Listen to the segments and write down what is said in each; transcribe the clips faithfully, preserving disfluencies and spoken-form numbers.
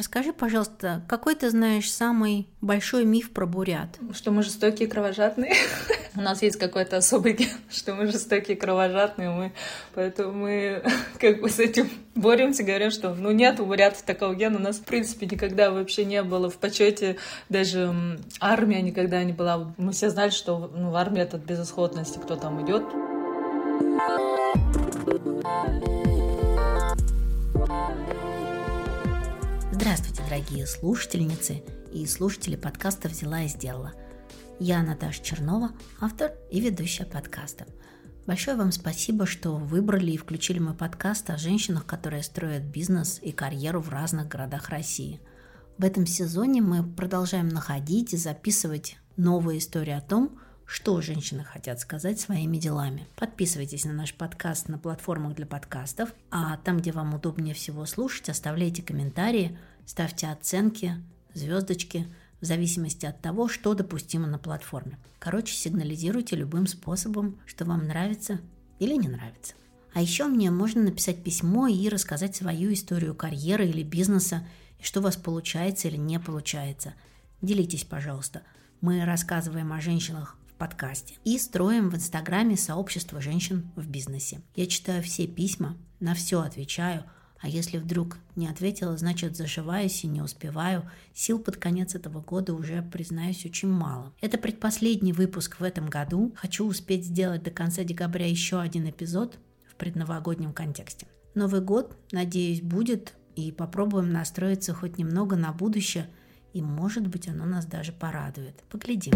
расскажи, пожалуйста, какой ты знаешь самый большой миф про бурят? Что мы жестокие и кровожадные. У нас есть какой-то особый ген, что мы жестокие и кровожадные, мы, поэтому мы как бы с этим боремся, говорим, что ну нет у бурятов такого гена, у нас в принципе никогда вообще не было в почете, даже армия никогда не была. Мы все знали, что ну, в армии это от безысходности, кто там идет. Здравствуйте, дорогие слушательницы и слушатели подкаста «Взяла и сделала». Я Наташа Чернова, автор и ведущая подкаста. Большое вам спасибо, что выбрали и включили мой подкаст о женщинах, которые строят бизнес и карьеру в разных городах России. В этом сезоне мы продолжаем находить и записывать новые истории о том, что женщины хотят сказать своими делами. Подписывайтесь на наш подкаст на платформах для подкастов, а там, где вам удобнее всего слушать, оставляйте комментарии, ставьте оценки, звездочки, в зависимости от того, что допустимо на платформе. Короче, сигнализируйте любым способом, что вам нравится или не нравится. А еще мне можно написать письмо и рассказать свою историю карьеры или бизнеса, и что у вас получается или не получается. Делитесь, пожалуйста. Мы рассказываем о женщинах в подкасте и строим в Инстаграме сообщество женщин в бизнесе. Я читаю все письма, на все отвечаю, а если вдруг не ответила, значит зашиваюсь и не успеваю. Сил под конец этого года уже, признаюсь, очень мало. Это предпоследний выпуск в этом году. Хочу успеть сделать до конца декабря еще один эпизод в предновогоднем контексте. Новый год, надеюсь, будет, и попробуем настроиться хоть немного на будущее, и, может быть, оно нас даже порадует. Поглядим.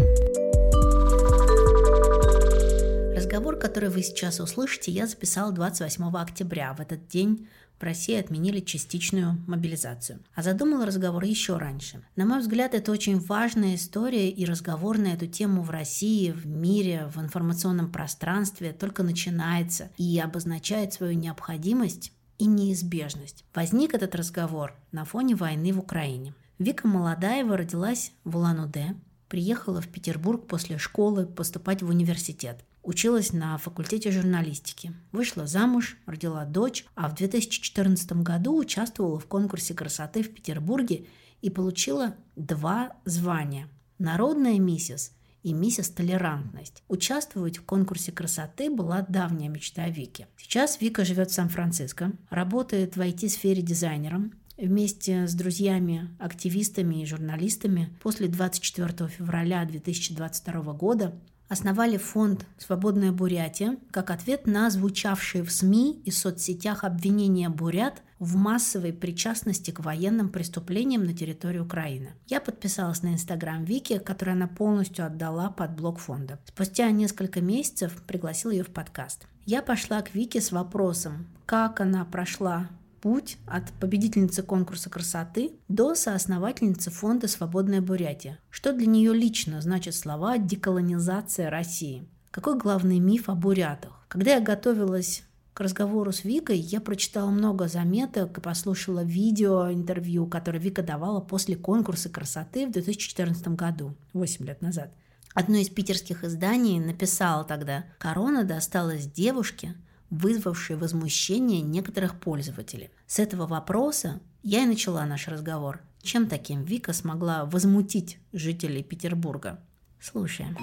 Разговор, который вы сейчас услышите, я записала двадцать восьмого октября. В этот день в России отменили частичную мобилизацию. А задумала разговор еще раньше. На мой взгляд, это очень важная история, и разговор на эту тему в России, в мире, в информационном пространстве только начинается и обозначает свою необходимость и неизбежность. Возник этот разговор на фоне войны в Украине. Вика Молодаева родилась в Улан-Удэ, приехала в Петербург после школы поступать в университет. Училась на факультете журналистики. Вышла замуж, родила дочь, а в две тысячи четырнадцатом году участвовала в конкурсе красоты в Петербурге и получила два звания – «Народная миссис» и «Миссис Толерантность». Участвовать в конкурсе красоты была давняя мечта Вики. Сейчас Вика живет в Сан-Франциско, работает в ай ти-сфере дизайнером. Вместе с друзьями, активистами и журналистами после двадцать четвёртого февраля две тысячи двадцать второго года основали фонд «Свободная Бурятия» как ответ на звучавшие в СМИ и соцсетях обвинения бурят в массовой причастности к военным преступлениям на территории Украины. Я подписалась на инстаграм Вики, который она полностью отдала под блог фонда. Спустя несколько месяцев пригласила ее в подкаст. Я пошла к Вике с вопросом, как она прошла путь от победительницы конкурса красоты до соосновательницы фонда «Свободная Бурятия». Что для нее лично значат слова «деколонизация России»? Какой главный миф о бурятах? Когда я готовилась к разговору с Викой, я прочитала много заметок и послушала видео, интервью, которое Вика давала после конкурса красоты в две тысячи четырнадцатом году, восемь лет назад. Одно из питерских изданий написало тогда: «Корона досталась девушке, вызвавший возмущение некоторых пользователей». С этого вопроса я и начала наш разговор. Чем таким Вика смогла возмутить жителей Петербурга? Слушаем.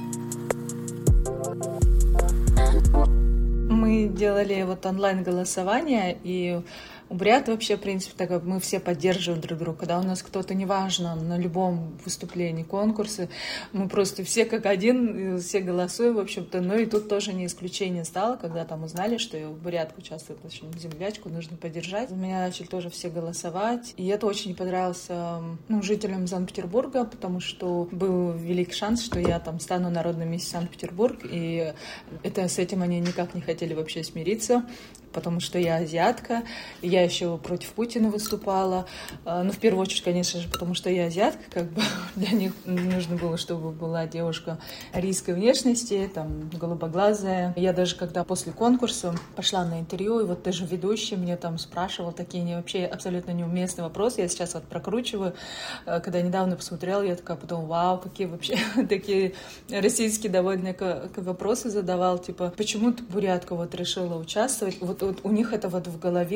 Мы делали вот онлайн-голосование, и у бурят вообще, в принципе, так как мы все поддерживаем друг друга. Когда у нас кто-то, неважно, на любом выступлении, конкурсе, мы просто все как один, все голосуем, в общем-то. Ну и тут тоже не исключение стало, когда там узнали, что и бурятка участвует, в общем, землячку нужно поддержать. У меня начали тоже все голосовать. И это очень понравилось ну, жителям Санкт-Петербурга, потому что был великий шанс, что я там стану народной миссис Санкт-Петербург. И это, с этим они никак не хотели вообще смириться, потому что я азиатка, я еще против Путина выступала. Ну, в первую очередь, конечно же, потому что я азиатка, как бы для них нужно было, чтобы была девушка арийской внешности, там, голубоглазая. Я даже когда после конкурса пошла на интервью, и вот даже ведущий мне там спрашивал такие не, вообще абсолютно неуместные вопросы, я сейчас вот прокручиваю. Когда недавно посмотрела, я такая потом, вау, какие вообще такие российские довольно вопросы задавал, типа, почему ты, бурятка, вот решила участвовать? Вот, вот у них это вот в голове не укладывается.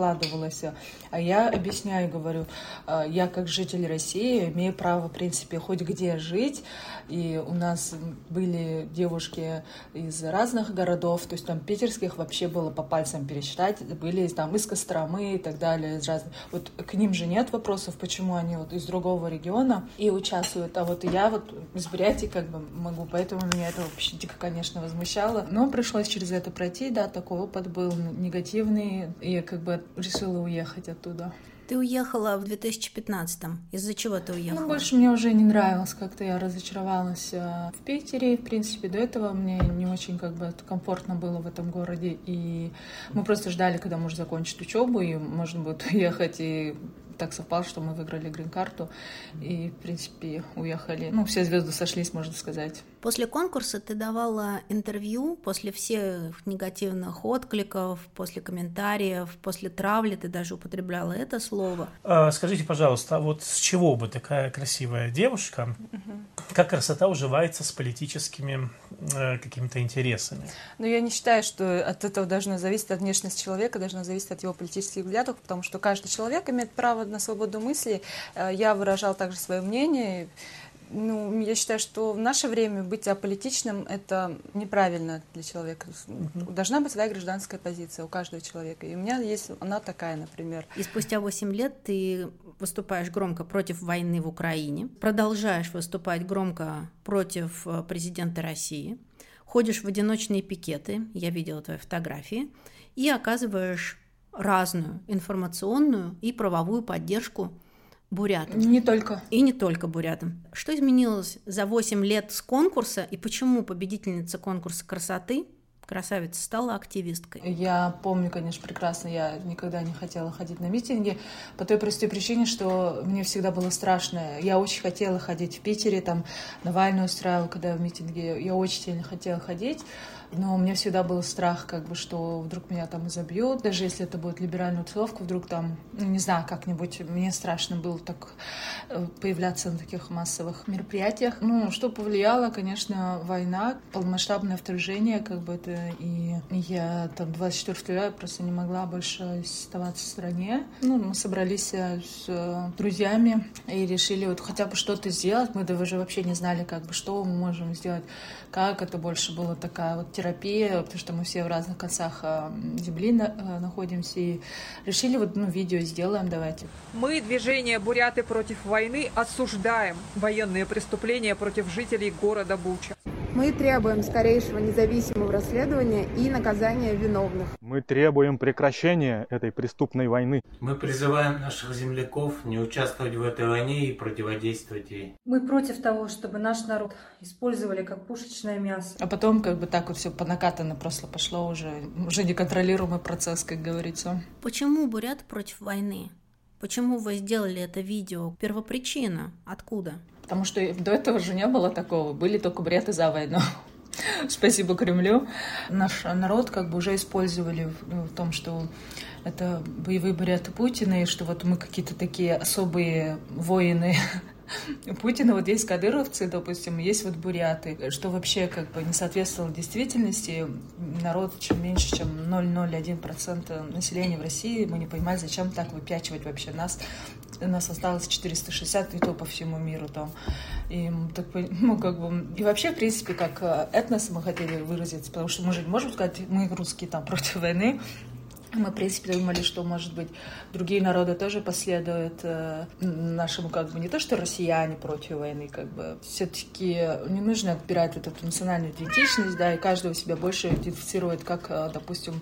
складывалось. А я объясняю, говорю, я как житель России имею право, в принципе, хоть где жить. И у нас были девушки из разных городов, то есть там питерских вообще было по пальцам пересчитать, были там из Костромы и так далее, из разных. Вот к ним же нет вопросов, почему они вот из другого региона и участвуют. А вот я вот из Бурятии как бы могу, поэтому меня это вообще дико, конечно, возмущало. Но пришлось через это пройти, да, такой опыт был негативный, и я как бы решила уехать оттуда. Ты уехала в две тысячи пятнадцатом. Из-за чего ты уехала? Ну, больше мне уже не нравилось, как-то я разочаровалась в Питере. В принципе, до этого мне не очень как бы комфортно было в этом городе. И мы просто ждали, когда муж закончит учебу, и можно будет уехать. И так совпало, что мы выиграли грин-карту. И, в принципе, уехали. Ну, все звезды сошлись, можно сказать. После конкурса ты давала интервью, после всех негативных откликов, после комментариев, после травли, ты даже употребляла это слово. А, скажите, пожалуйста, а вот с чего бы такая красивая девушка, угу. как красота уживается с политическими э, какими-то интересами? Ну, я не считаю, что от этого должно зависеть, от внешности человека, должно зависеть от его политических взглядов, потому что каждый человек имеет право на свободу мысли. Я выражала также свое мнение. Ну, я считаю, что в наше время быть аполитичным – это неправильно для человека. Mm-hmm. Должна быть своя гражданская позиция у каждого человека. И у меня есть она такая, например. И спустя восемь лет ты выступаешь громко против войны в Украине, продолжаешь выступать громко против президента России, ходишь в одиночные пикеты, я видела твои фотографии, и оказываешь разную информационную и правовую поддержку бурятам. Не только. И не только бурятам. Что изменилось за восемь лет с конкурса и почему победительница конкурса красоты, красавица, стала активисткой? Я помню, конечно, прекрасно, я никогда не хотела ходить на митинги по той простой причине, что мне всегда было страшно. Я очень хотела ходить в Питере, там Навальный устраивал, когда я в митинге, я очень сильно хотела ходить. Но у меня всегда был страх, как бы, что вдруг меня там изобьют, даже если это будет либеральная тусовка, вдруг там, ну, не знаю, как-нибудь, мне страшно было так появляться на таких массовых мероприятиях. Ну, что повлияло, конечно, война, полномасштабное вторжение, как бы это, и я там двадцать четвёртого февраля просто не могла больше оставаться в стране. Ну, мы собрались с друзьями и решили вот хотя бы что-то сделать, мы даже вообще не знали, как бы, что мы можем сделать, как это больше было такая вот терапия, потому что мы все в разных концах земли находимся, и решили вот, ну, видео сделаем, давайте. Мы, движение «Буряты против войны», осуждаем военные преступления против жителей города Буча. Мы требуем скорейшего независимого расследования и наказания виновных. Мы требуем прекращения этой преступной войны. Мы призываем наших земляков не участвовать в этой войне и противодействовать ей. Мы против того, чтобы наш народ использовали как пушечное мясо. А потом как бы так вот все по накатанной просто пошло уже, уже неконтролируемый процесс, как говорится. Почему буряты против войны? Почему вы сделали это видео? Первопричина откуда? Потому что до этого же не было такого. Были только буряты за войну. Спасибо Кремлю. Наш народ как бы уже использовали в, в том, что это боевые буряты Путина, и что вот мы какие-то такие особые воины Путина. Вот есть кадыровцы, допустим, есть вот буряты, что вообще как бы не соответствовало действительности. Народ чем меньше, чем ноль целых ноль один процент населения в России, мы не понимаем, зачем так выпячивать вообще нас. У нас осталось четыреста шестьдесят, и то по всему миру там. И, так, ну, как бы, и вообще, в принципе, как этнос мы хотели выразиться, потому что мы же не можем сказать, мы русские там против войны. Мы, в принципе, думали, что, может быть, другие народы тоже последуют э, нашему, как бы, не то, что россияне против войны, как бы, все-таки не нужно отбирать вот эту национальную идентичность, да, и каждого себя больше идентифицирует, как, допустим,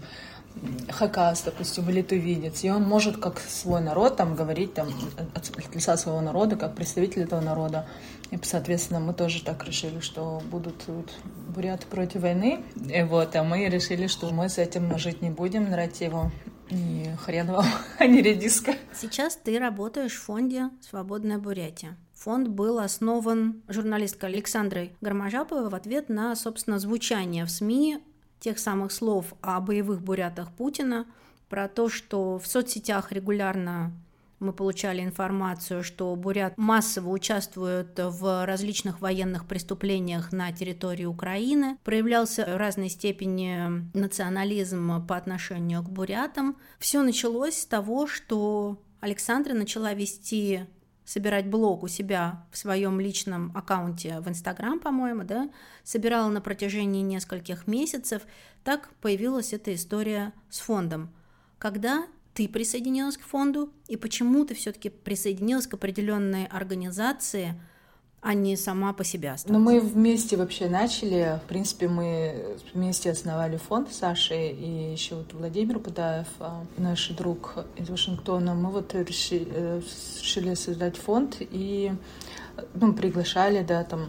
хакас, допустим, или тувинец, и он может как свой народ там говорить там от лица своего народа, как представитель этого народа. И, соответственно, мы тоже так решили, что будут вот буряты против войны, и вот, а мы решили, что мы с этим жить не будем, нарративом, и хрен вам, а не редиска. Сейчас ты работаешь в фонде «Свободная Бурятия». Фонд был основан журналисткой Александрой Гарможаповой в ответ на, собственно, звучание в СМИ тех самых слов о боевых бурятах Путина, про то, что в соцсетях регулярно мы получали информацию, что бурят массово участвуют в различных военных преступлениях на территории Украины. Проявлялся в разной степени национализм по отношению к бурятам. Все началось с того, что Александра начала вести, собирать блог у себя в своем личном аккаунте в Инстаграм, по-моему, да, собирала на протяжении нескольких месяцев. Так появилась эта история с фондом. Когда ты присоединилась к фонду, и почему ты все-таки присоединилась к определенной организации, а не сама по себе осталась? Ну, мы вместе вообще начали. В принципе, мы вместе основали фонд с Сашей и еще вот Владимир Будаев, наш друг из Вашингтона. Мы вот решили, решили создать фонд и ну, приглашали, да, там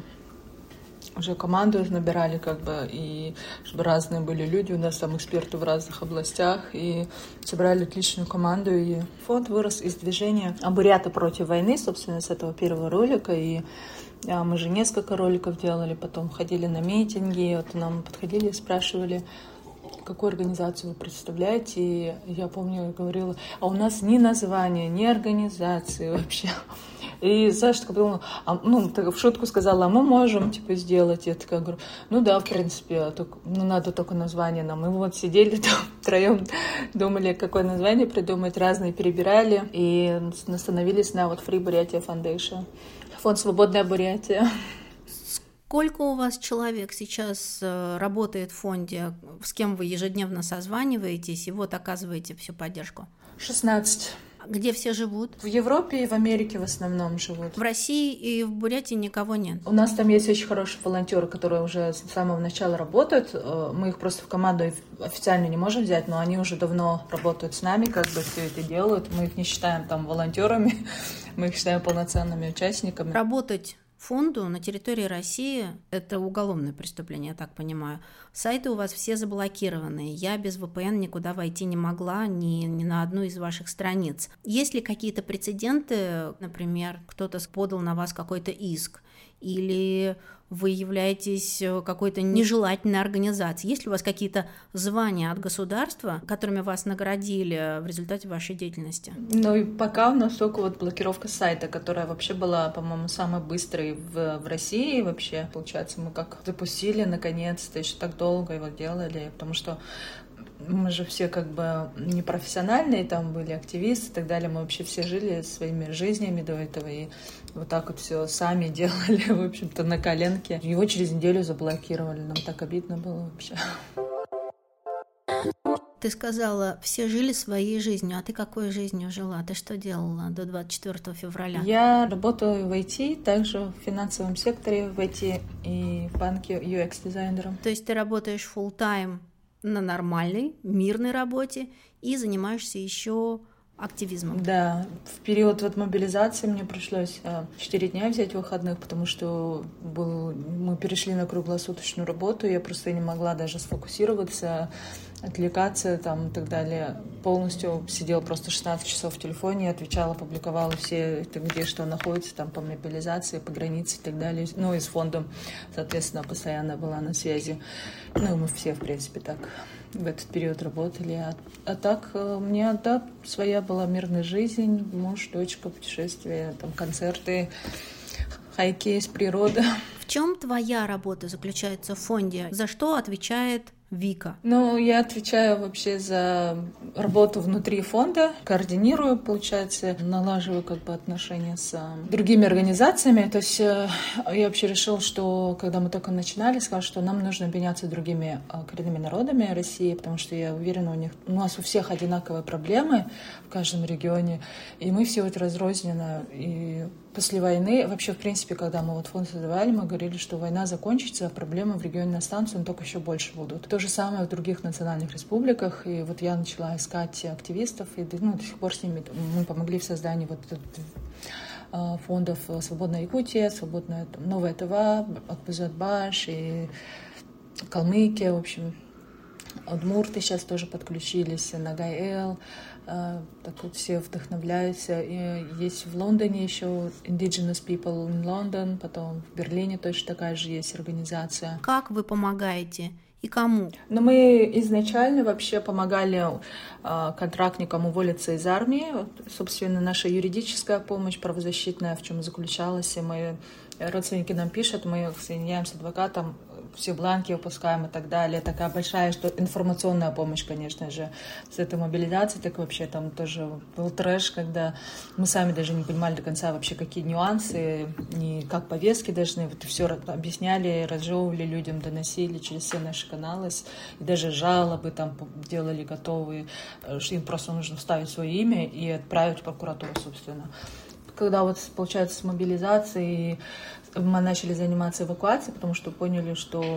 уже команду набирали, как бы, и чтобы разные были люди, у нас там эксперты в разных областях, и собрали отличную команду, и фонд вырос из движения «Буряты против войны», собственно, с этого первого ролика, и а, мы же несколько роликов делали, потом ходили на митинги, вот нам подходили и спрашивали, какую организацию вы представляете, и я помню, я говорила, а у нас ни названия, ни организации вообще. И Саша такая подумала, а, ну, так в шутку сказала, а мы можем, типа, сделать. Я такая говорю, ну да, в принципе, только, ну, надо только название нам. И мы вот сидели там втроем, думали, какое название придумать, разные перебирали, и остановились на вот Free Buryatia Foundation, фонд «Свободная Бурятия». Сколько у вас человек сейчас работает в фонде, с кем вы ежедневно созваниваетесь и вот оказываете всю поддержку? шестнадцать. Где все живут? В Европе и в Америке в основном живут. В России и в Бурятии никого нет? У нас там есть очень хорошие волонтеры, которые уже с самого начала работают. Мы их просто в команду официально не можем взять, но они уже давно работают с нами, как бы все это делают. Мы их не считаем там волонтерами, мы их считаем полноценными участниками. Работать фонду на территории России – это уголовное преступление, я так понимаю. Сайты у вас все заблокированы. Я без вэ пэ эн никуда войти не могла, ни, ни на одну из ваших страниц. Есть ли какие-то прецеденты, например, кто-то подал на вас какой-то иск, или вы являетесь какой-то нежелательной организацией? Есть ли у вас какие-то звания от государства, которыми вас наградили в результате вашей деятельности? Ну и пока у нас только вот блокировка сайта, которая вообще была, по-моему, самой быстрой в, в России вообще. Получается, мы как запустили наконец-то, еще так долго его делали, потому что мы же все как бы непрофессиональные, там были активисты и так далее, мы вообще все жили своими жизнями до этого, и вот так вот все сами делали, в общем-то, на коленке. Его через неделю заблокировали, нам так обидно было вообще. Ты сказала, все жили своей жизнью, а ты какой жизнью жила? Ты что делала до двадцать четвёртого февраля? Я работаю в ай ти, также в финансовом секторе в ай ти и в банке ю экс-дизайнером. То есть ты работаешь full-time на нормальной, мирной работе и занимаешься еще активизмом. Да, в период вот мобилизации мне пришлось четыре дня взять выходных, потому что был, мы перешли на круглосуточную работу, я просто не могла даже сфокусироваться, отвлекаться там и так далее. Полностью сидела просто шестнадцать часов в телефоне, отвечала, публиковала все, где что находится, там по мобилизации, по границе и так далее. Ну и с фондом, соответственно, постоянно была на связи. Ну и мы все, в принципе, так в этот период работали. А, а так у меня, да, своя была мирная жизнь, муж, дочка, путешествия, там концерты, хайкейс, природа. В чем твоя работа заключается в фонде? За что отвечает Вика? Ну, я отвечаю вообще за работу внутри фонда, координирую, получается, налаживаю как бы отношения с другими организациями. То есть я вообще решила, что когда мы только начинали, сказала, что нам нужно объединяться с другими коренными народами России, потому что я уверена, у них, у нас у всех одинаковые проблемы в каждом регионе, и мы все вот разрозненно. И после войны, вообще, в принципе, когда мы вот фонд создавали, мы говорили, что война закончится, а проблемы в регионе останутся, но только еще больше будут. То же самое в других национальных республиках. И вот я начала искать активистов, и ну, до сих пор с ними мы помогли в создании вот этот, фондов «Свободная Якутия», «Свободная там, Новая Тыва», «Акбузатбаш» и Калмыкия, в общем. Удмурты сейчас тоже подключились, Нагай-Эл. Так вот все вдохновляются. И есть в Лондоне еще Indigenous People in London, потом в Берлине точно такая же есть организация. Как вы помогаете и кому? Но мы изначально вообще помогали э, контрактникам уволиться из армии. Вот, собственно, наша юридическая помощь правозащитная, в чем заключалась, и мы, родственники нам пишут, мы соединяемся с адвокатом, все бланки выпускаем и так далее. Такая большая, что информационная помощь, конечно же, с этой мобилизацией, так вообще там тоже был трэш, когда мы сами даже не понимали до конца вообще, какие нюансы, ни как повестки должны, вот все объясняли, разжевывали людям, доносили через все наши каналы, и даже жалобы там делали готовые, что им просто нужно вставить свое имя и отправить в прокуратуру, собственно. Когда вот, получается, с мобилизацией мы начали заниматься эвакуацией, потому что поняли, что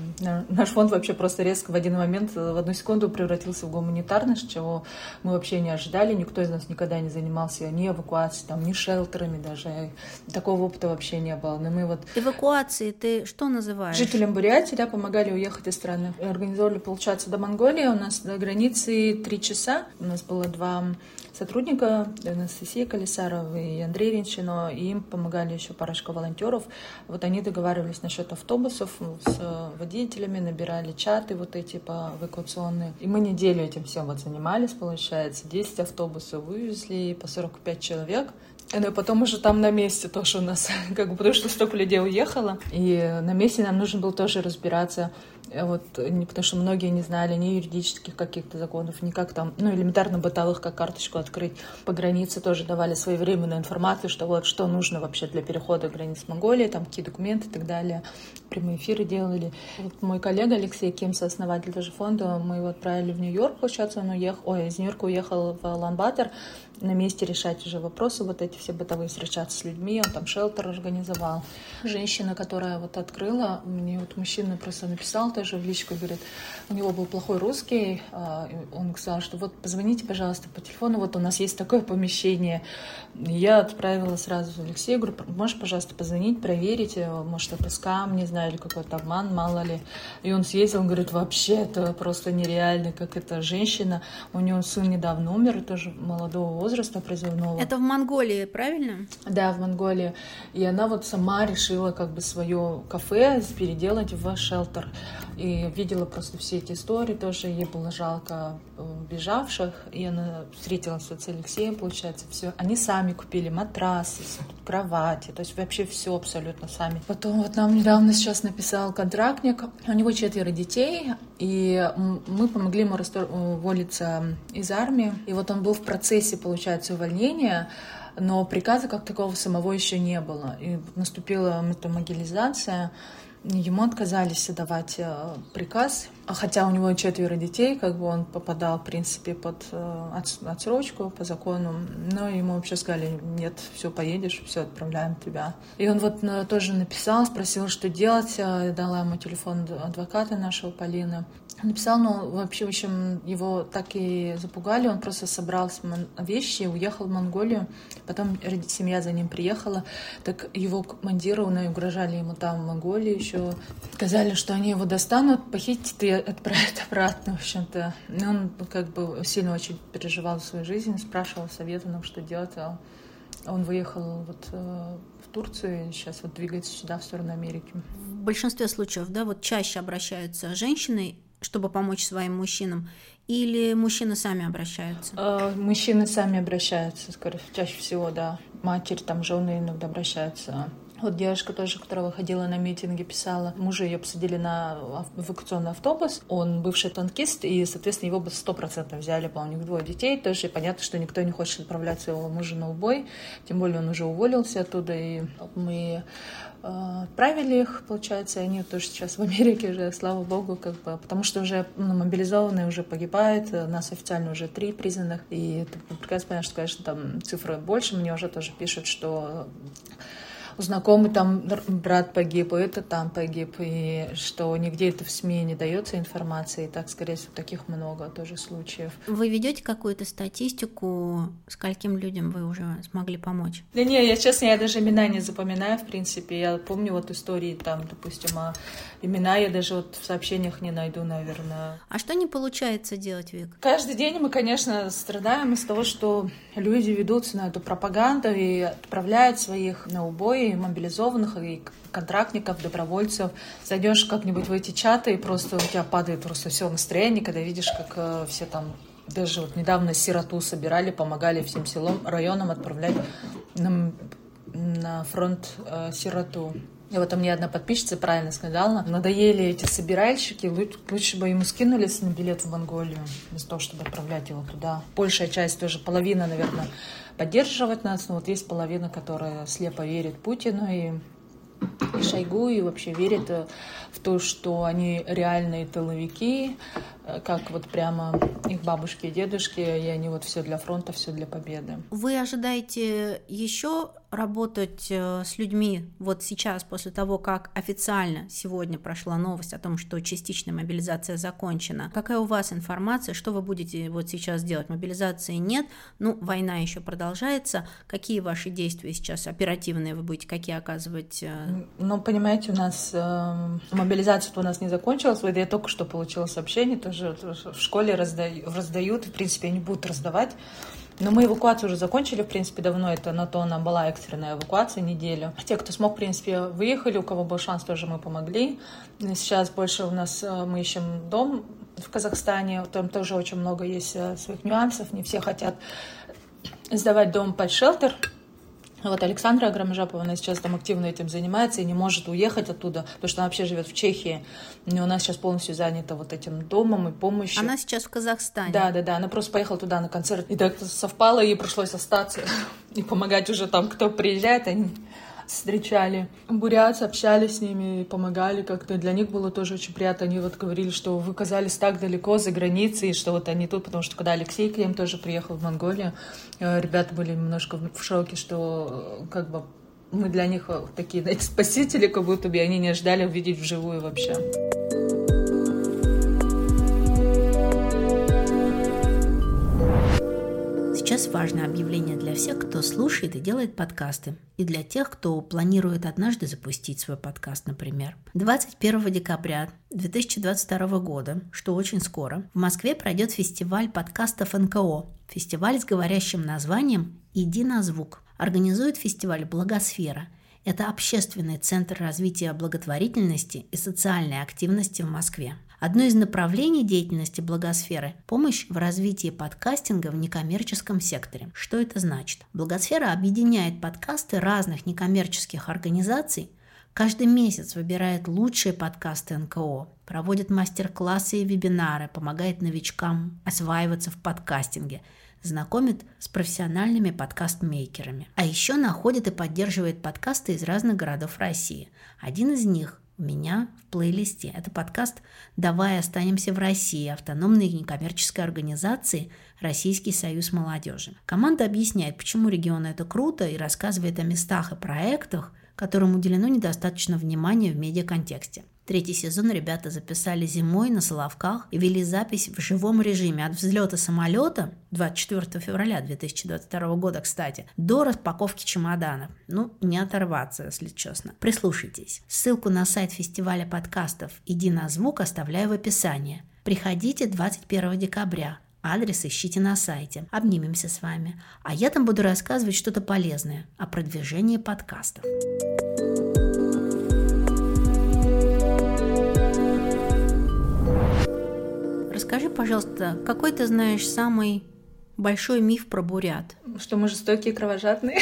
наш фонд вообще просто резко в один момент, в одну секунду превратился в гуманитарный, чего мы вообще не ожидали. Никто из нас никогда не занимался ни эвакуацией, там, ни шелтерами даже. Такого опыта вообще не было. Но мы вот... Эвакуации ты что называешь? Жителям Бурятии, да, помогали уехать из страны. Организовали, получается, до Монголии. У нас до границы три часа. У нас было два сотрудника, Анастасия Колесарова и Андрей Винчино, и им помогали еще парочка волонтеров. Вот они договаривались насчет автобусов с водителями, набирали чаты вот эти по эвакуационные. И мы неделю этим всем вот занимались, получается. десять автобусов вывезли, по сорок пять человек. Ну и потом уже там на месте тоже у нас, как бы, потому что столько людей уехало, и на месте нам нужно было тоже разбираться, вот, потому что многие не знали ни юридических каких-то законов, ни как там, ну, элементарно бытовых, как карточку открыть. По границе тоже давали своевременную информацию, что вот, что нужно вообще для перехода границ Монголии, там, какие документы и так далее. Прямые эфиры делали. Вот мой коллега Алексей Ким, сооснователь даже фонда, мы его отправили в Нью-Йорк, получается, он уехал, ой, из Нью-Йорка уехал в Улан-Батор, на месте решать уже вопросы, вот эти все бытовые, встречаться с людьми, он там шелтер организовал. Женщина, которая вот открыла, мне вот мужчина просто написал тоже в личку, говорит, у него был плохой русский, он сказал, что вот позвоните, пожалуйста, по телефону, вот у нас есть такое помещение. Я отправила сразу Алексею, говорю, можешь, пожалуйста, позвонить, проверить, может, это скам, не знаю, или какой-то обман, мало ли. И он съездил, он говорит, вообще это просто нереально, как эта женщина, у него сын недавно умер, тоже молодого возраста призывного. Это в Монголии, правильно? Да, в Монголии. И она вот сама решила как бы свое кафе переделать в шелтер. И видела просто все эти истории, тоже ей было жалко бежавших. И она встретилась с Алексеем, получается, все. Они сами купили матрасы, кровати, то есть вообще все абсолютно сами. Потом вот нам недавно сейчас написал контрактник, у него четверо детей, и мы помогли ему уволиться из армии. И вот он был в процессе, получается, увольнения, но приказа как такового самого еще не было. И наступила эта мобилизация, ему отказались давать приказ, хотя у него четверо детей, как бы он попадал, в принципе, под отсрочку по закону, но ему вообще сказали, нет, все, поедешь, все, отправляем тебя. И он вот тоже написал, спросил, что делать, дала ему телефон адвоката нашего, Полины. Написал, но вообще, в общем, его так и запугали, он просто собрал вещи и уехал в Монголию, потом семья за ним приехала, так его командиры угрожали ему там в Монголии еще, сказали, что они его достанут, похитят и отправят обратно, в общем-то. И он как бы сильно очень переживал свою жизнь, спрашивал совета нам, что делать, а он выехал вот в Турцию и сейчас вот двигается сюда, в сторону Америки. В большинстве случаев, да, вот чаще обращаются женщины, чтобы помочь своим мужчинам, или мужчины сами обращаются? Э, мужчины сами обращаются, скорее, чаще всего, да. Матери, там, жены иногда обращаются. Вот девушка тоже, которая выходила на митинги, писала, мужа ее посадили на эвакуационный автобус, он бывший танкист, и, соответственно, его бы сто процентов взяли, по у них двое детей, тоже понятно, что никто не хочет отправлять своего мужа на убой, тем более он уже уволился оттуда, и мы отправили их, получается, и они тоже сейчас в Америке уже, слава богу, как бы, потому что уже ну, мобилизованные уже погибают, нас официально уже три признанных, и ты прекрасно понимаешь, что, конечно, там цифры больше, мне уже тоже пишут, что у знакомый там брат погиб, и это там погиб, и что нигде это в СМИ не дается информация, и так, скорее всего, таких много тоже случаев. Вы ведете какую-то статистику, скольким людям вы уже смогли помочь? Да не, я, честно, я даже имена не запоминаю, в принципе, я помню вот истории там, допустим, а имена я даже вот в сообщениях не найду, наверное. А что не получается делать, Вик? Каждый день мы, конечно, страдаем из того, что люди ведутся на эту пропаганду и отправляют своих на убой, и мобилизованных, и контрактников, добровольцев. Зайдешь как-нибудь в эти чаты, и просто у тебя падает просто все настроение, когда видишь, как э, все там, даже вот недавно сироту собирали, помогали всем селам, районам отправлять на, на фронт э, сироту. И вот мне одна подписчица правильно сказала, надоели эти собиральщики, лучше бы ему скинулись на билет в Монголию, вместо того, чтобы отправлять его туда. Большая часть тоже, половина, наверное, поддерживать нас, но вот есть половина, которая слепо верит Путину и, и Шойгу, и вообще верит в то, что они реальные тыловики, как вот прямо их бабушки и дедушки, и они вот все для фронта, все для победы. Вы ожидаете еще работать с людьми вот сейчас, после того, как официально сегодня прошла новость о том, что частичная мобилизация закончена? Какая у вас информация, что вы будете вот сейчас делать? Мобилизации нет, ну, война еще продолжается. Какие ваши действия сейчас оперативные вы будете, какие оказывать? Ну, понимаете, у нас э, мобилизация-то у нас не закончилась. Вот я только что получила сообщение, тоже в школе раздаю, раздают, в принципе, они будут раздавать. Но мы эвакуацию уже закончили, в принципе, давно. Это на то нам была экстренная эвакуация, неделю. Те, кто смог, в принципе, выехали, у кого был шанс, тоже мы помогли. Сейчас больше у нас мы ищем дом в Казахстане. Там тоже очень много есть своих нюансов. Не все хотят сдавать дом под шелтер. Вот Александра Аграмжапова, она сейчас там активно этим занимается и не может уехать оттуда, потому что она вообще живет в Чехии. И у нас сейчас полностью занята вот этим домом и помощью. Она сейчас в Казахстане? Да, да, да. Она просто поехала туда на концерт. И так совпало, ей пришлось остаться и помогать уже там, кто приезжает. Они встречали бурятов, общались с ними, помогали как-то. Для них было тоже очень приятно. Они вот говорили, что вы оказались так далеко за границей, что вот они тут, потому что когда Алексей к ним тоже приехал в Монголию, ребята были немножко в шоке, что как бы мы для них такие, знаете, спасители, как будто бы они не ожидали увидеть вживую вообще. Сейчас важное объявление для всех, кто слушает и делает подкасты, и для тех, кто планирует однажды запустить свой подкаст, например. двадцать первого декабря две тысячи двадцать второго года, что очень скоро, в Москве пройдет фестиваль подкастов эн ка о, фестиваль с говорящим названием «Иди на звук». Организует фестиваль «Благосфера». Это общественный центр развития благотворительности и социальной активности в Москве. Одно из направлений деятельности Благосферы – помощь в развитии подкастинга в некоммерческом секторе. Что это значит? Благосфера объединяет подкасты разных некоммерческих организаций, каждый месяц выбирает лучшие подкасты эн ка о, проводит мастер-классы и вебинары, помогает новичкам осваиваться в подкастинге, знакомит с профессиональными подкаст-мейкерами. А еще находит и поддерживает подкасты из разных городов России. Один из них у меня в плейлисте. Это подкаст «Давай останемся в России» автономной некоммерческой организации «Российский союз молодежи». Команда объясняет, почему регион это круто, и рассказывает о местах и проектах, которым уделено недостаточно внимания в медиаконтексте. Третий сезон ребята записали зимой на Соловках и вели запись в живом режиме от взлета самолета двадцать четвёртого февраля две тысячи двадцать второго года, кстати, до распаковки чемоданов. Ну, не оторваться, если честно. Прислушайтесь. Ссылку на сайт фестиваля подкастов «Иди на звук» оставляю в описании. Приходите двадцать первого декабря. Адрес ищите на сайте. Обнимемся с вами. А я там буду рассказывать что-то полезное о продвижении подкастов. Расскажи, пожалуйста, какой ты знаешь самый большой миф про бурят? Что мы жестокие и кровожадные.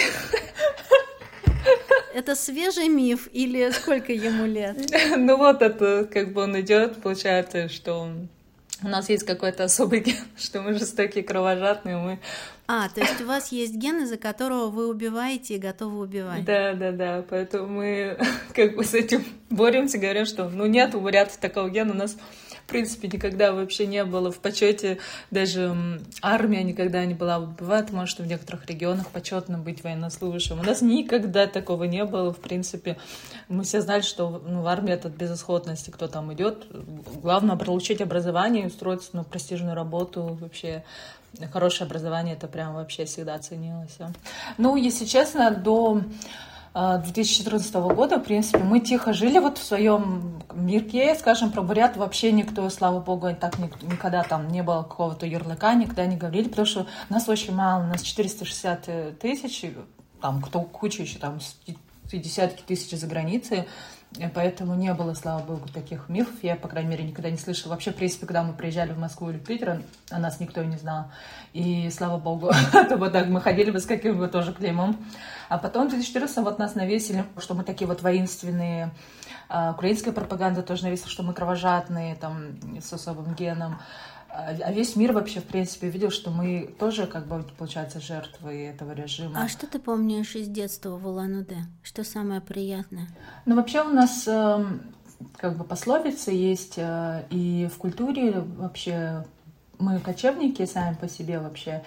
Это свежий миф или сколько ему лет? Ну вот это, как бы он идет, получается, что у нас есть какой-то особый ген, что мы жестокие и кровожадные, мы... А, то есть у вас есть ген, из-за которого вы убиваете и готовы убивать? Да, да, да, поэтому мы как бы с этим боремся, говорим, что ну нет у бурятов такого гена, у нас в принципе никогда вообще не было в почете, даже армия никогда не была. Бывает, может, в некоторых регионах почетно быть военнослужащим. У нас никогда такого не было, в принципе. Мы все знали, что ну, в армии это от безысходности, кто там идет. Главное получить образование и устроиться на престижную работу вообще. Хорошее образование, это прям вообще всегда ценилось. Ну, если честно, до две тысячи четырнадцатого года, в принципе, мы тихо жили вот в своем мирке, скажем, про бурят вообще никто, слава богу, так никогда там не было какого-то ярлыка, никогда не говорили, потому что нас очень мало, у нас четыреста шестьдесят тысяч, там кто куча еще там и десятки тысяч за границей, поэтому не было, слава богу, таких мифов. Я, по крайней мере, никогда не слышала. Вообще, в принципе, когда мы приезжали в Москву или в Питер, о нас никто не знал. И, слава богу, то вот так мы ходили бы с каким-то тоже клеймом. А потом в две тысячи четырнадцатом вот нас навесили, что мы такие вот воинственные. А украинская пропаганда тоже навесила, что мы кровожадные, там, с особым геном. А весь мир вообще, в принципе, видел, что мы тоже, как бы, получается, жертвы этого режима. А что ты помнишь из детства в Улан-Удэ? Что самое приятное? Ну, вообще у нас э, как бы пословицы есть, э, и в культуре вообще мы кочевники сами по себе вообще.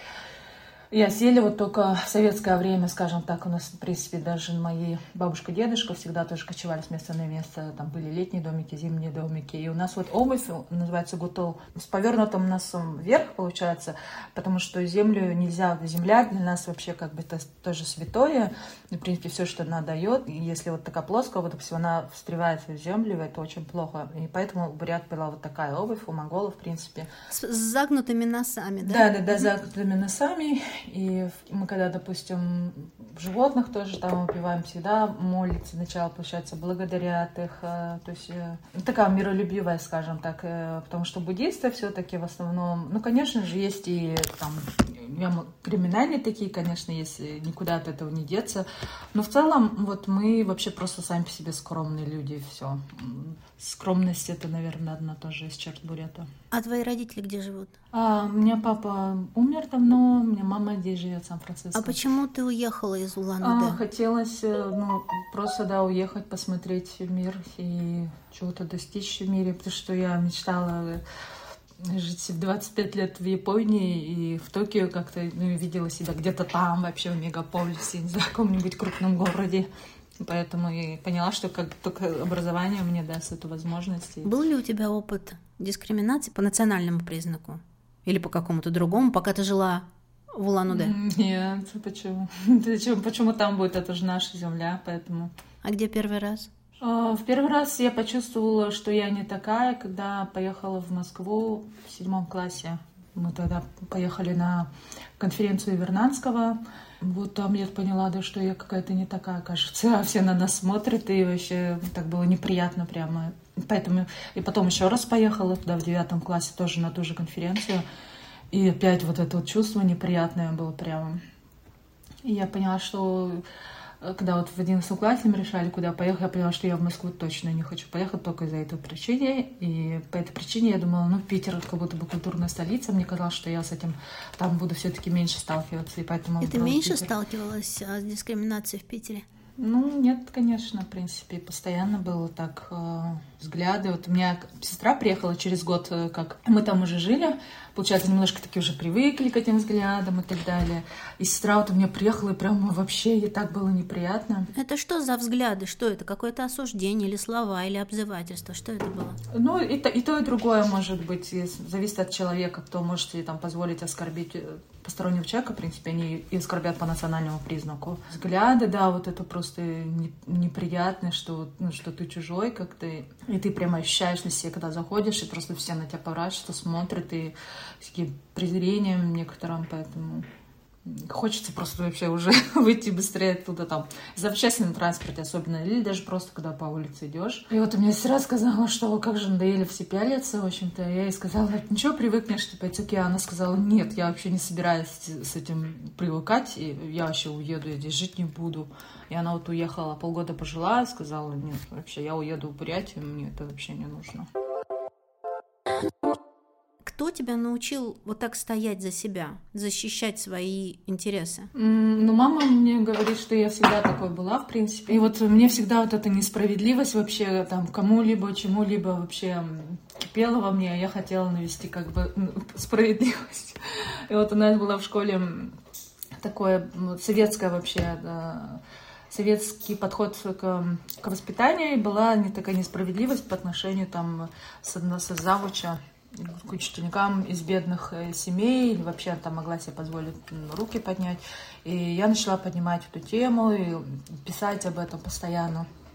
И осели вот только в советское время, скажем так, у нас, в принципе, даже мои бабушка, дедушка всегда тоже кочевали с места на место. Там были летние домики, зимние домики. И у нас вот обувь называется гутол, с повернутым носом вверх, получается, потому что землю нельзя, земля для нас вообще как бы это тоже святое. И, в принципе, все, что она дает, и если вот такая плоская, вот, допустим, она встревает в землю, это очень плохо. И поэтому у бурят была вот такая обувь, у монголов, в принципе. С, с загнутыми носами, да? Да, да, да, с загнутыми носами. И мы когда, допустим, животных тоже там убиваем, всегда молится сначала, получается, благодарят их. То есть такая миролюбивая, скажем так, потому что буддисты все-таки в основном, ну, конечно же, есть и там криминальные такие, конечно, если никуда от этого не деться. Но в целом вот мы вообще просто сами по себе скромные люди, все. Скромность — это, наверное, одна тоже из черт бурята. А твои родители где живут? А, у меня папа умер давно, у меня мама здесь живет в Сан-Франциско. А почему ты уехала из Улан-Удэ? А, хотелось, ну, просто, да, уехать, посмотреть мир и чего-то достичь в мире, потому что я мечтала жить в двадцать пять лет в Японии и в Токио как-то, ну, видела себя где-то там, вообще в мегаполисе, не знаю, в каком-нибудь крупном городе. Поэтому и поняла, что как только образование мне даст эту возможность. Был ли у тебя опыт дискриминации по национальному признаку? Или по какому-то другому, пока ты жила в Улан-Удэ? Нет, почему? Почему, почему там будет? Это же наша земля, поэтому... А где первый раз? В первый раз я почувствовала, что я не такая, когда поехала в Москву в седьмом классе. Мы тогда поехали на конференцию Вернадского. Вот там я поняла, да, что я какая-то не такая, кажется. А все на нас смотрят, и вообще так было неприятно прямо. Поэтому и потом еще раз поехала туда в девятом классе тоже на ту же конференцию. И опять вот это вот чувство неприятное было прямо. И я поняла, что когда вот в одиннадцатом классе мы решали, куда поехать, я поняла, что я в Москву точно не хочу поехать только из-за этой причины. И по этой причине я думала, ну, Питер как будто бы культурная столица. Мне казалось, что я с этим там буду все-таки меньше сталкиваться. И поэтому и ты меньше Питер. Сталкивалась с дискриминацией в Питере? Ну, нет, конечно, в принципе, постоянно было так э, взгляды. Вот у меня сестра приехала через год, э, как мы там уже жили, получается, немножко таки уже привыкли к этим взглядам и так далее. И сестра вот у меня приехала, и прямо вообще ей так было неприятно. Это что за взгляды? Что это? Какое-то осуждение или слова, или обзывательство? Что это было? Ну, и то, и то, и другое может быть. Зависит от человека, кто может себе там позволить оскорбить постороннего человека. В принципе, они и оскорбят по национальному признаку. Взгляды, да, вот это просто не, неприятно, что, ну, что ты чужой как-то. И ты прямо ощущаешь на себе, когда заходишь, и просто все на тебя поворачиваются, смотрят, и с таким презрением некоторым, поэтому хочется просто вообще уже выйти быстрее оттуда там. В общественном транспорте особенно, или даже просто когда по улице идешь. И вот у меня сестра сказала, что как же надоели все пялиться, в общем-то. Я ей сказала, ничего, привыкнешь, типа, it's okay. Она сказала, нет, я вообще не собираюсь с этим привыкать, и я вообще уеду, я здесь жить не буду. И она вот уехала, полгода пожила, и сказала, нет, вообще я уеду в Бурятию, мне это вообще не нужно. Кто тебя научил вот так стоять за себя, защищать свои интересы? Mm, ну, мама мне говорит, что я всегда такой была, в принципе. И вот мне всегда вот эта несправедливость вообще там кому-либо, чему-либо вообще кипела во мне. Я хотела навести как бы справедливость. И вот у нас была в школе такое советское вообще... Да, советский подход к, к воспитанию, и была не такая несправедливость по отношению там с, с завуча к ученикам из бедных семей, или вообще там могла себе позволить руки поднять. И я начала поднимать эту тему и писать об этом постоянно.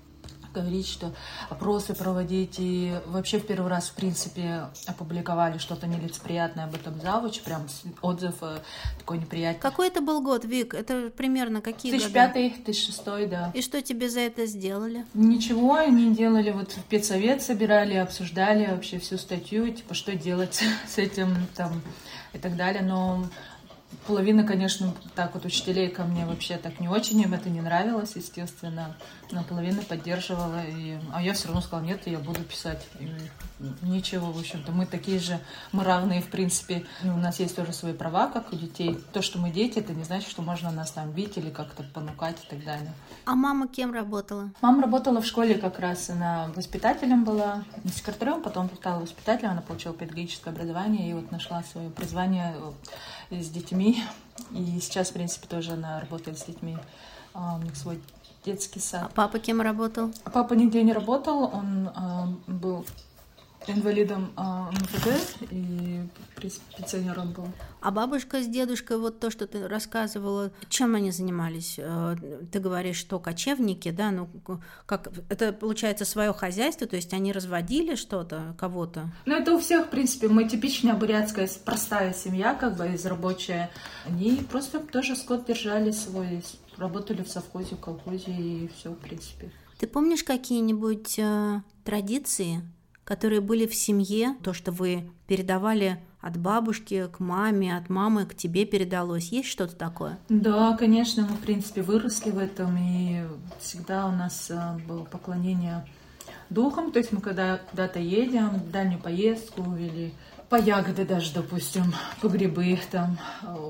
говорить, что опросы проводить. И вообще в первый раз, в принципе, опубликовали что-то нелицеприятное об этом завуч, прям отзыв такой неприятный. Какой это был год, Вик? Это примерно какие годы? две тысячи пятый, две тысячи шестой, да. И что тебе за это сделали? Ничего они делали, вот в педсовет собирали, обсуждали вообще всю статью, типа, что делать с этим, там, и так далее, но... Половина, конечно, так вот учителей ко мне вообще так не очень, им это не нравилось, естественно, но половина поддерживала, и... а я все равно сказала, нет, я буду писать. И ничего, в общем-то, мы такие же, мы равные, в принципе, у нас есть тоже свои права, как у детей. То, что мы дети, это не значит, что можно нас там бить или как-то понукать и так далее. А мама кем работала? Мама работала в школе как раз, она воспитателем была, секретарем, потом стала воспитателем, она получила педагогическое образование и вот нашла свое призвание с детьми. И сейчас, в принципе, тоже она работает с детьми. У них свой детский сад. А папа кем работал? Папа нигде не работал, он э, был инвалидом э, эм вэ дэ и пенсионером был. А бабушка с дедушкой, вот то, что ты рассказывала, чем они занимались? Ты говоришь, что кочевники, да, ну как это получается свое хозяйство, то есть они разводили что-то, кого-то? Ну это у всех, в принципе, мы типичная бурятская простая семья, как бы из рабочая. Они просто тоже скот держали свой, работали в совхозе, в колхозе и все, в принципе. Ты помнишь какие-нибудь э, традиции, которые были в семье, то, что вы передавали от бабушки к маме, от мамы к тебе передалось? Есть что-то такое? Да, конечно, мы, в принципе, выросли в этом, и всегда у нас было поклонение духам, то есть мы когда куда-то едем, в дальнюю поездку или по ягоды даже, допустим, по грибы, там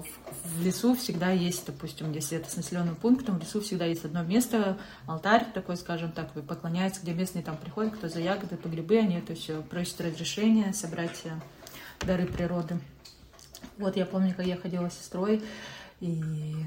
в лесу всегда есть, допустим, если это с населенным пунктом, в лесу всегда есть одно место, алтарь такой, скажем так, поклоняется, где местные там приходят, кто за ягоды, по грибы, они это все просят разрешения собрать дары природы. Вот я помню, как я ходила с сестрой, и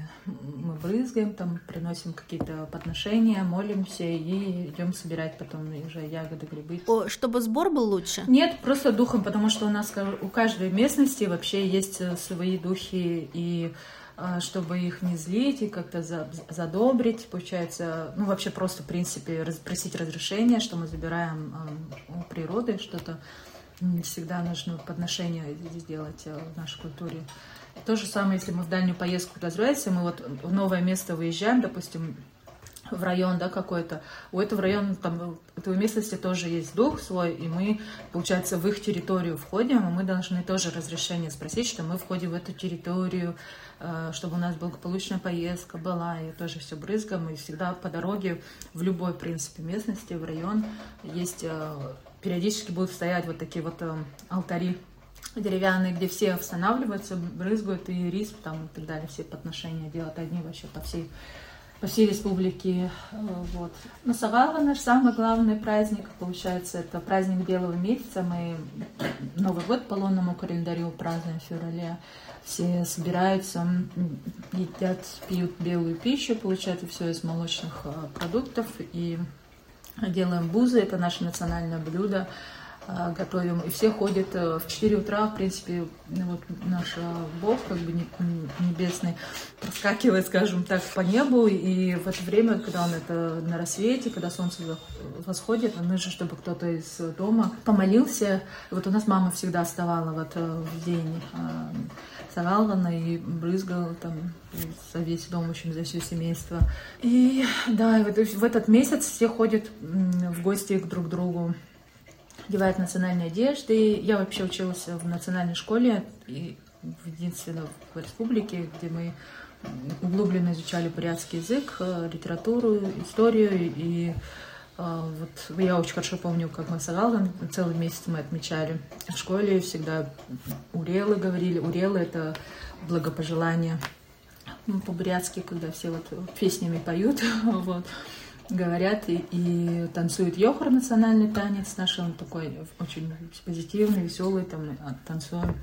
мы брызгаем, там приносим какие-то подношения, молимся и идем собирать потом уже ягоды, грибы. О, чтобы сбор был лучше? Нет, просто духом, потому что у нас у каждой местности вообще есть свои духи, и чтобы их не злить и как-то задобрить, получается, ну вообще просто в принципе просить разрешения, что мы забираем у природы что-то. Всегда нужно подношение сделать в нашей культуре. То же самое, если мы в дальнюю поездку отправляемся, мы вот в новое место выезжаем, допустим, в район, да, какой-то. У этого района, там, этой местности тоже есть дух свой, и мы, получается, в их территорию входим, и мы должны тоже разрешение спросить, что мы входим в эту территорию, чтобы у нас благополучная поездка была, и тоже все брызгом, и всегда по дороге в любой, в принципе, местности, в район есть, периодически будут стоять вот такие вот алтари деревянные, где все останавливаются, брызгают, и рис там и так далее, все подношения делают одни вообще по всей, по всей республике. Вот. Но Савалва наш самый главный праздник, получается, это праздник Белого месяца. Мы Новый год по лунному календарю празднуем в феврале. Все собираются, едят, пьют белую пищу, получается, все из молочных продуктов, и делаем бузы, это наше национальное блюдо. Готовим, и все ходят в четыре утра, в принципе, вот наш Бог, как бы небесный, проскакивает, скажем так, по небу, и в это время, когда он это на рассвете, когда солнце восходит, нужно, чтобы кто-то из дома помолился. И вот у нас мама всегда вставала вот в день Савалвана и брызгала там за весь дом, в общем, за все семейство. И да, и вот в этот месяц все ходят в гости друг к другу, одевают национальные одежды. Я вообще училась в национальной школе, и единственной в республике, где мы углубленно изучали бурятский язык, литературу, историю. И вот я очень хорошо помню, как мы с Савалван целый месяц мы отмечали. В школе всегда урелы говорили. Урелы — это благопожелание по-бурятски, когда все вот песнями поют. Вот. Говорят и, и танцуют йохор, национальный танец наш, он такой очень позитивный, веселый, там танцуем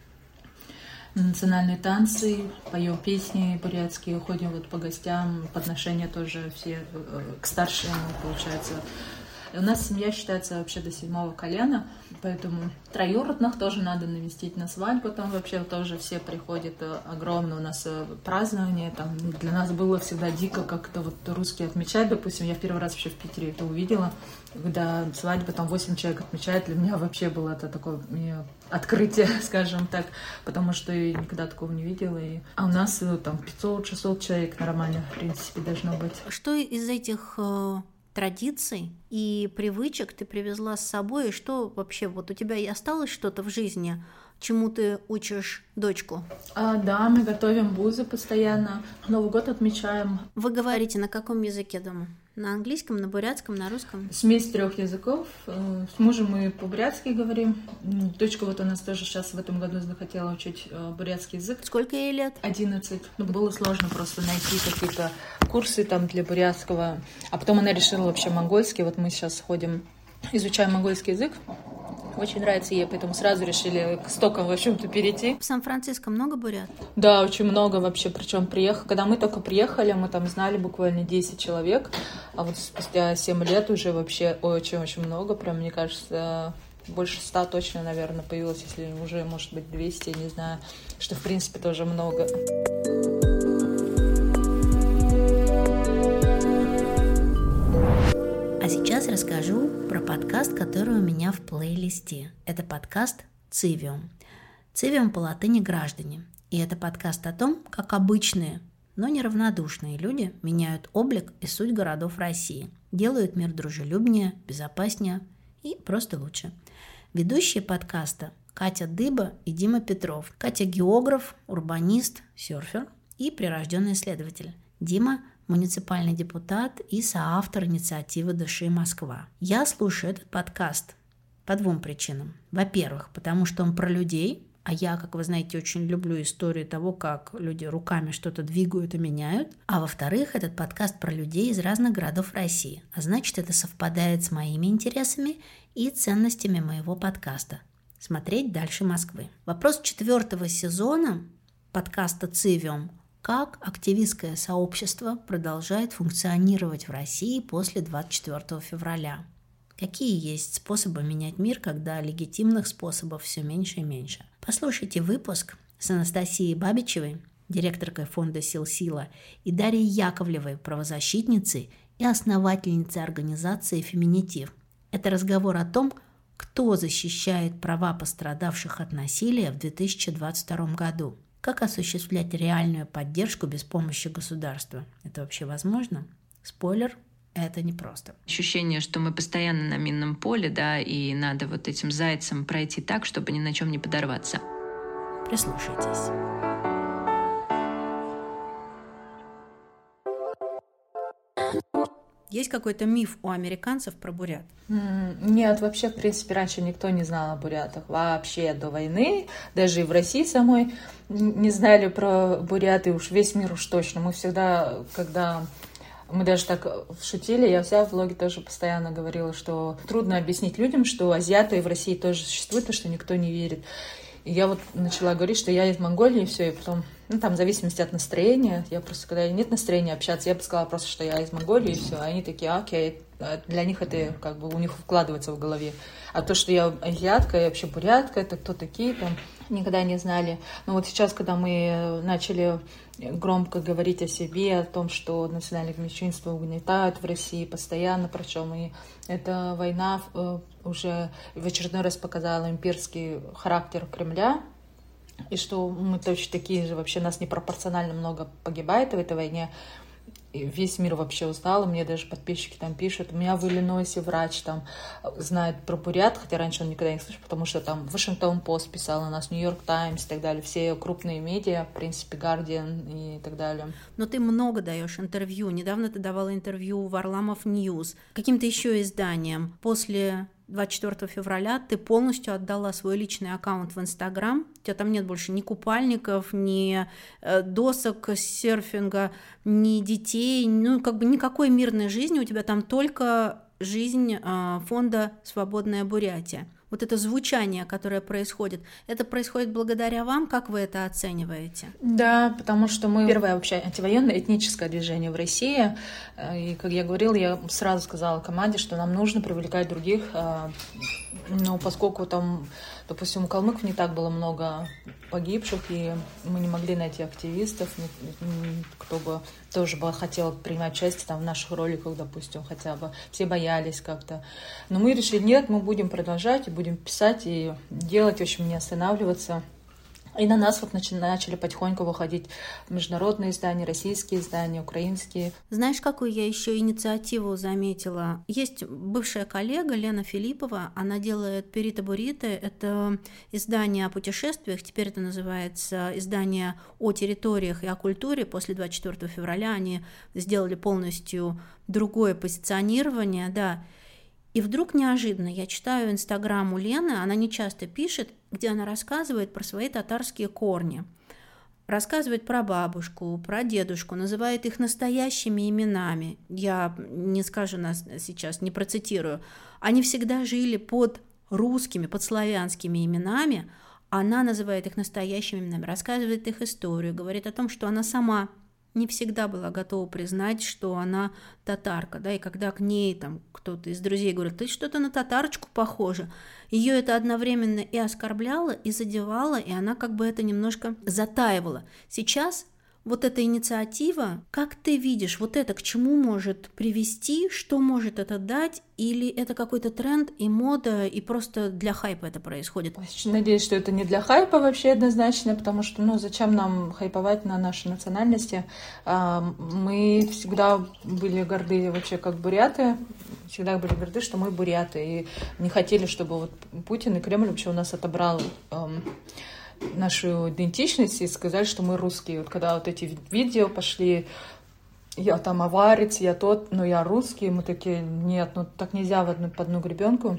национальные танцы, поем песни бурятские, ходим вот по гостям, подношения тоже все к старшим, получается, И у нас семья считается вообще до седьмого колена, поэтому троюродных тоже надо навестить на свадьбу, там вообще тоже все приходят, огромное у нас празднование, там для нас было всегда дико как-то вот русские отмечать, допустим, я в первый раз вообще в Питере это увидела, когда свадьба там восемь человек отмечает, для меня вообще было это такое открытие, скажем так, потому что я никогда такого не видела, и... а у нас там пятьсот-шестьсот человек нормально, в принципе, должно быть. Что из этих э, традиций и привычек ты привезла с собой, и что вообще, вот у тебя и осталось что-то в жизни, чему ты учишь дочку? А, да, мы готовим бузы постоянно, Новый год отмечаем. Вы говорите на каком языке дома? На английском, на бурятском, на русском? Смесь трех языков. С мужем мы по-бурятски говорим. Дочка вот у нас тоже сейчас в этом году захотела учить бурятский язык. Сколько ей лет? одиннадцать. Ну, было сложно просто найти какие-то курсы там для бурятского. А потом она решила вообще монгольский. Вот мы сейчас ходим, изучаем монгольский язык. Очень нравится ей, поэтому сразу решили к стокам, в общем-то, перейти. В Сан-Франциско много бурят? Да, очень много вообще. Причем приехали, когда мы только приехали, мы там знали буквально десять человек, а вот спустя семь лет уже вообще очень-очень много. Прям, мне кажется, больше ста точно, наверное, появилось, если уже, может быть, двести, не знаю, что, в принципе, тоже много. А сейчас расскажу про подкаст, который у меня в плейлисте. Это подкаст «Цивиум». «Цивиум» по латыни «граждане». И это подкаст о том, как обычные, но неравнодушные люди меняют облик и суть городов России, делают мир дружелюбнее, безопаснее и просто лучше. Ведущие подкаста Катя Дыба и Дима Петров. Катя – географ, урбанист, серфер и прирожденный исследователь. Дима – муниципальный депутат и соавтор инициативы «Дыши Москва». Я слушаю этот подкаст по двум причинам. Во-первых, потому что он про людей, а я, как вы знаете, очень люблю историю того, как люди руками что-то двигают и меняют. А во-вторых, этот подкаст про людей из разных городов России, а значит, это совпадает с моими интересами и ценностями моего подкаста. Смотреть дальше Москвы. Вопрос четвертого сезона подкаста «Цивиум». Как активистское сообщество продолжает функционировать в России после двадцать четвёртого февраля? Какие есть способы менять мир, когда легитимных способов все меньше и меньше? Послушайте выпуск с Анастасией Бабичевой, директоркой фонда «Сил Сила», и Дарьей Яковлевой, правозащитницей и основательницей организации «Феминитив». Это разговор о том, кто защищает права пострадавших от насилия в две тысячи двадцать втором году. Как осуществлять реальную поддержку без помощи государства? Это вообще возможно? Спойлер, это непросто. Ощущение, что мы постоянно на минном поле, да, и надо вот этим зайцем пройти так, чтобы ни на чем не подорваться. Прислушайтесь. Есть какой-то миф у американцев про бурят? Нет, вообще, в принципе, раньше никто не знал о бурятах. Вообще до войны, даже и в России самой не знали про бурят, и уж весь мир уж точно. Мы всегда, когда... Мы даже так шутили, я вся в влоге тоже постоянно говорила, что трудно объяснить людям, что азиаты в России тоже существуют, и что никто не верит. И я вот начала говорить, что я из Монголии, и все, и потом, ну, там, в зависимости от настроения, я просто, когда нет настроения общаться, я бы сказала просто, что я из Монголии, и все, они такие, окей, для них это как бы у них вкладывается в голове. А то, что я азиатка, и вообще бурятка, это кто такие, там, никогда не знали. Но вот сейчас, когда мы начали громко говорить о себе, о том, что национальное меньшинство угнетают в России постоянно, причем и эта война уже в очередной раз показала имперский характер Кремля, и что мы точно такие же, вообще нас непропорционально много погибает в этой войне. И весь мир вообще узнал, мне даже подписчики там пишут, у меня в Иллинойсе врач там знает про бурят, хотя раньше он никогда не слышал, потому что там Вашингтон Пост писал у нас, Нью-Йорк Таймс и так далее, все крупные медиа, в принципе, Гардиан и так далее. Но ты много даешь интервью, недавно ты давала интервью в Варламов Ньюс, каким-то еще изданиям. После двадцать четвёртого февраля ты полностью отдала свой личный аккаунт в Инстаграм. У тебя там нет больше ни купальников, ни досок серфинга, ни детей, ну как бы никакой мирной жизни. У тебя там только жизнь фонда «Свободная Бурятия». вот это звучание, которое происходит, это происходит благодаря вам? Как вы это оцениваете? Да, потому что мы первое вообще антивоенное этническое движение в России. И, как я говорила, я сразу сказала команде, что нам нужно привлекать других. Но поскольку там, допустим, у калмыков не так было много погибших, и мы не могли найти активистов, кто бы тоже бы хотел принимать участие там, в наших роликах, допустим, хотя бы. Все боялись как-то. Но мы решили, нет, мы будем продолжать, и будем писать, и делать, в общем, не останавливаться. И на нас вот начали потихоньку выходить международные издания, российские издания, украинские. Знаешь, какую я еще инициативу заметила? Есть бывшая коллега Лена Филиппова, она делает «Перита-буриты», это издание о путешествиях, теперь это называется издание о территориях и о культуре. После двадцать четвёртого февраля они сделали полностью другое позиционирование, да. И вдруг неожиданно я читаю инстаграм у Лены, она не часто пишет, где она рассказывает про свои татарские корни. Рассказывает про бабушку, про дедушку, называет их настоящими именами. Я не скажу нас сейчас, не процитирую. Они всегда жили под русскими, под славянскими именами. Она называет их настоящими именами, рассказывает их историю, говорит о том, что она сама не всегда была готова признать, что она татарка, да, и когда к ней там кто-то из друзей говорит, ты что-то на татарочку похожа, ее это одновременно и оскорбляло, и задевало, и она как бы это немножко затаивала. Сейчас вот эта инициатива, как ты видишь, вот это к чему может привести, что может это дать, или это какой-то тренд и мода, и просто для хайпа это происходит? Очень надеюсь, что это не для хайпа вообще однозначно, потому что, ну, зачем нам хайповать на нашей национальности? Мы всегда были горды вообще как буряты, всегда были горды, что мы буряты, и не хотели, чтобы вот Путин и Кремль вообще у нас отобрал нашу идентичность и сказали, что мы русские. Вот когда вот эти видео пошли, я там аварец, я тот, но я русский, мы такие, нет, ну так нельзя в одну, под одну гребенку.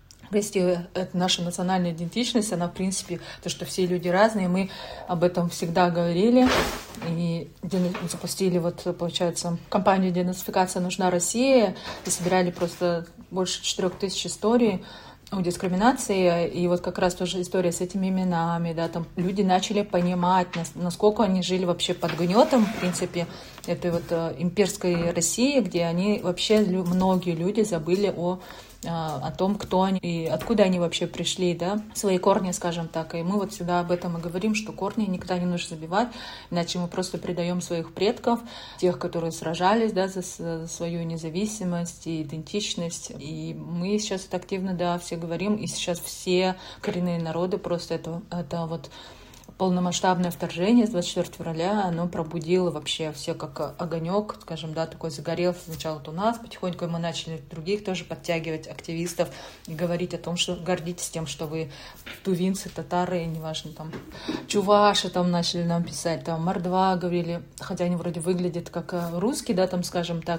Если это наша национальная идентичность, она, в принципе, то, что все люди разные, мы об этом всегда говорили. И запустили, вот, получается, кампанию «Денацификация нужна Россия», и собирали просто больше четырех тысяч историй о дискриминации, и вот как раз тоже история с этими именами, да, там люди начали понимать, насколько они жили вообще под гнетом, в принципе, этой вот имперской России, где они вообще, многие люди забыли о о том, кто они и откуда они вообще пришли, да, свои корни, скажем так. И мы вот всегда об этом и говорим, что корни никогда не нужно забивать, иначе мы просто предаем своих предков, тех, которые сражались, да, за, за свою независимость и идентичность. И мы сейчас это активно, да, все говорим, и сейчас все коренные народы просто это, это вот полномасштабное вторжение с двадцать четвёртого февраля, оно пробудило вообще все как огонек, скажем, да, такой загорелся сначала вот у нас, потихоньку мы начали других тоже подтягивать, активистов, и говорить о том, что гордитесь тем, что вы тувинцы, татары, неважно, там, чуваши там начали нам писать, там, мордва говорили, хотя они вроде выглядят как русские, да, там, скажем так.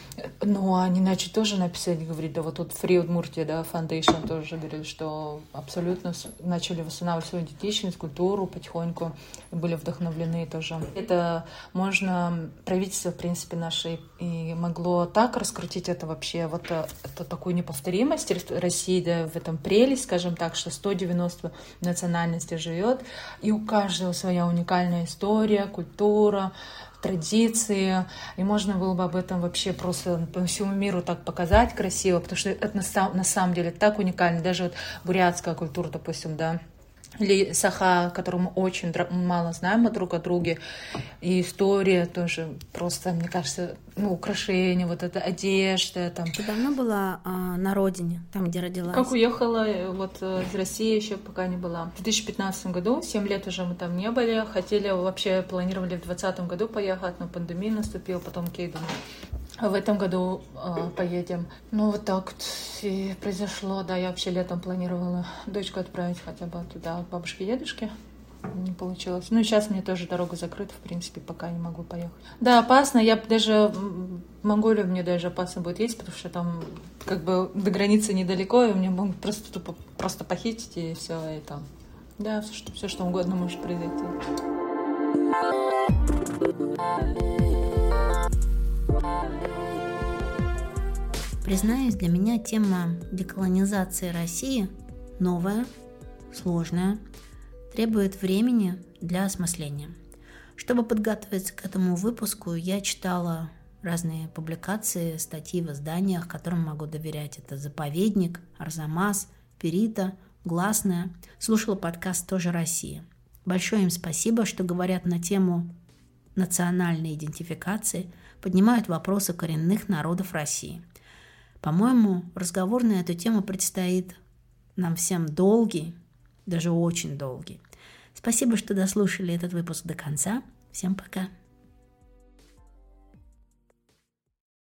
Ну, они начали тоже написать, говорить, да, вот тут Free Удмуртия, да, Foundation тоже говорили, что абсолютно начали восстанавливать свою идентичность, культуру потихоньку, были вдохновлены тоже. Это можно, правительство, в принципе, наше и могло так раскрутить это вообще, вот это такую неповторимость России, да, в этом прелесть, скажем так, что сто девяносто национальностей живет, и у каждого своя уникальная история, культура, традиции, и можно было бы об этом вообще просто по всему миру так показать красиво, потому что это на, на самом деле так уникально, даже вот бурятская культура, допустим, да, или саха, которую мы очень мало знаем друг о друге, и история тоже просто, мне кажется, ну, украшения, вот эта одежда. Там. Ты давно была а, на родине, там, где родилась? Как уехала вот из России, еще пока не была. В две тысячи пятнадцатом году, семь лет уже мы там не были, хотели, вообще планировали в двадцатом году поехать, но пандемия наступила, потом Кей думаю, а в этом году э, поедем. Ну, вот так вот и произошло, да, я вообще летом планировала дочку отправить хотя бы туда, к бабушке и дедушке. Не получилось. Ну, и сейчас мне тоже дорога закрыта, в принципе, пока не могу поехать. Да, опасно, я даже в Монголию мне даже опасно будет ездить, потому что там как бы до границы недалеко, и мне могут просто тупо просто похитить, и все, и там, да, все, что, все, что угодно может произойти. Признаюсь, для меня тема деколонизации России новое, сложное, требует времени для осмысления. Чтобы подготовиться к этому выпуску, я читала разные публикации, статьи в изданиях, которым могу доверять. Это «Заповедник», «Арзамас», «Перита», «Гласная». Слушала подкаст «Тоже Россия». Большое им спасибо, что говорят на тему национальной идентификации, поднимают вопросы коренных народов России. По-моему, разговор на эту тему предстоит нам всем долгий, даже очень долгий. Спасибо, что дослушали этот выпуск до конца. Всем пока.